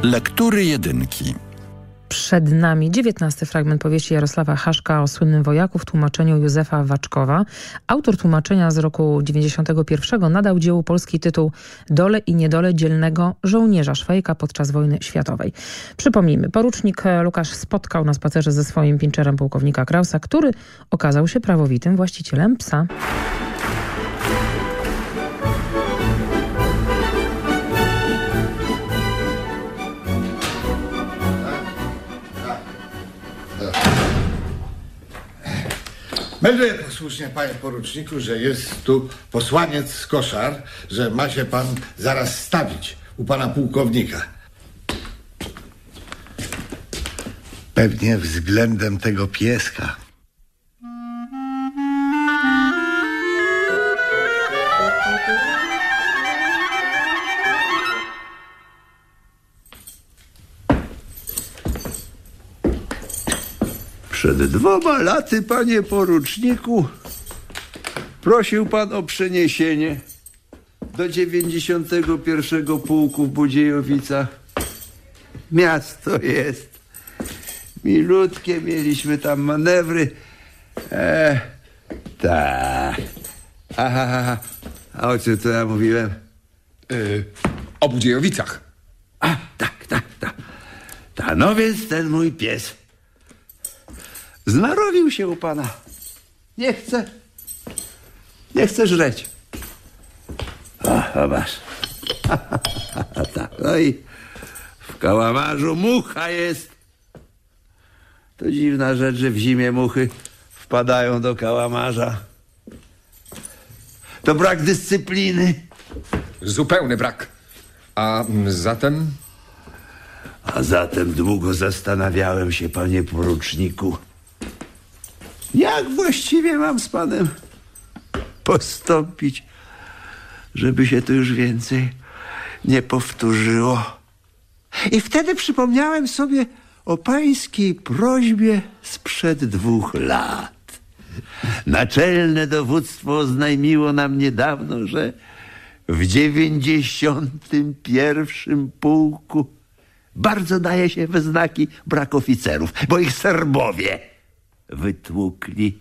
Lektury jedynki. Przed nami 19 fragment powieści Jarosława Haszka o słynnym wojaku w tłumaczeniu Józefa Waczkowa. Autor tłumaczenia z roku 91 nadał dziełu polski tytuł Dole i niedole dzielnego żołnierza Szwejka podczas wojny światowej. Przypomnijmy, porucznik Łukasz spotkał na spacerze ze swoim pinczerem pułkownika Krausa, który okazał się prawowitym właścicielem psa. Melduję posłusznie, panie poruczniku, że jest tu posłaniec z Koszar, że ma się pan zaraz stawić u pana pułkownika. Pewnie względem tego pieska. Przed 2 laty, panie poruczniku, prosił pan o przeniesienie do 91 pułku w Budziejowicach. Miasto jest milutkie, mieliśmy tam manewry. Tak. Aha. A o czym to ja mówiłem? O Budziejowicach. A, tak. No więc ten mój pies znarowił się u pana. Nie chce żreć. O, zobacz. Tak, no i w kałamarzu mucha jest. To dziwna rzecz, że w zimie muchy wpadają do kałamarza. To brak dyscypliny. Zupełny brak. A zatem długo zastanawiałem się, panie poruczniku, jak właściwie mam z panem postąpić, żeby się to już więcej nie powtórzyło. I wtedy przypomniałem sobie o pańskiej prośbie sprzed 2 lat. Naczelne dowództwo oznajmiło nam niedawno, że w 91 pułku bardzo daje się we znaki brak oficerów, bo ich Serbowie wytłukli.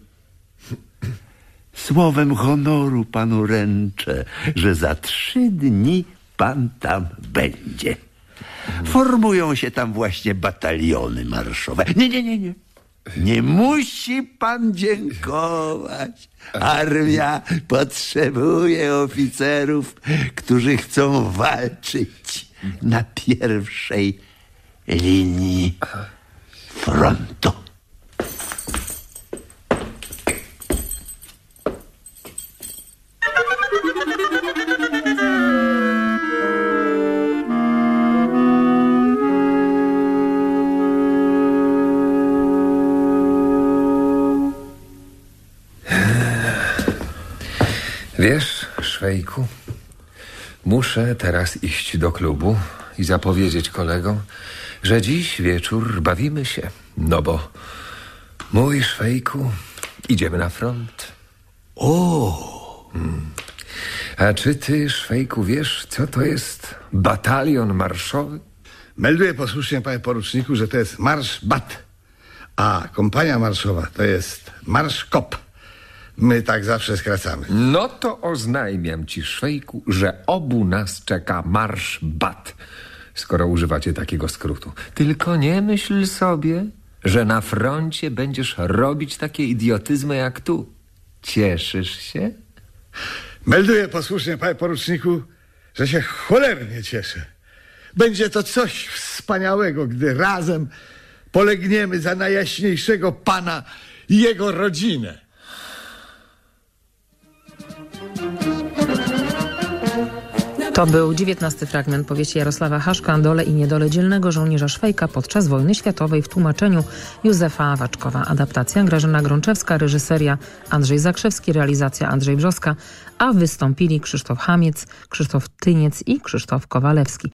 Słowem honoru panu ręczę, że za 3 dni pan tam będzie. Formują się tam właśnie bataliony marszowe. Nie. Nie musi pan dziękować. Armia potrzebuje oficerów, którzy chcą walczyć na pierwszej linii frontu. Wiesz, Szwejku, muszę teraz iść do klubu i zapowiedzieć kolegom, że dziś wieczór bawimy się. No bo, mój Szwejku, idziemy na front. A czy ty, Szwejku, wiesz, co to jest batalion marszowy? Melduję posłusznie, panie poruczniku, że to jest marsz BAT, a kompania marszowa to jest marsz KOP. My tak zawsze skracamy. No to oznajmiam ci, Szwejku, że obu nas czeka marsz BAT, skoro używacie takiego skrótu. Tylko nie myśl sobie, że na froncie będziesz robić takie idiotyzmy jak tu. Cieszysz się? Melduję posłusznie, panie poruczniku, że się cholernie cieszę. Będzie to coś wspaniałego, gdy razem polegniemy za najjaśniejszego Pana i jego rodzinę. To był 19 fragment powieści Jarosława Haszka Dole i niedole dzielnego żołnierza Szwejka podczas wojny światowej w tłumaczeniu Józefa Waczkowa. Adaptacja Grażyna Grączewska, reżyseria Andrzej Zakrzewski, realizacja Andrzej Brzoska, a wystąpili Krzysztof Hamiec, Krzysztof Tyniec i Krzysztof Kowalewski.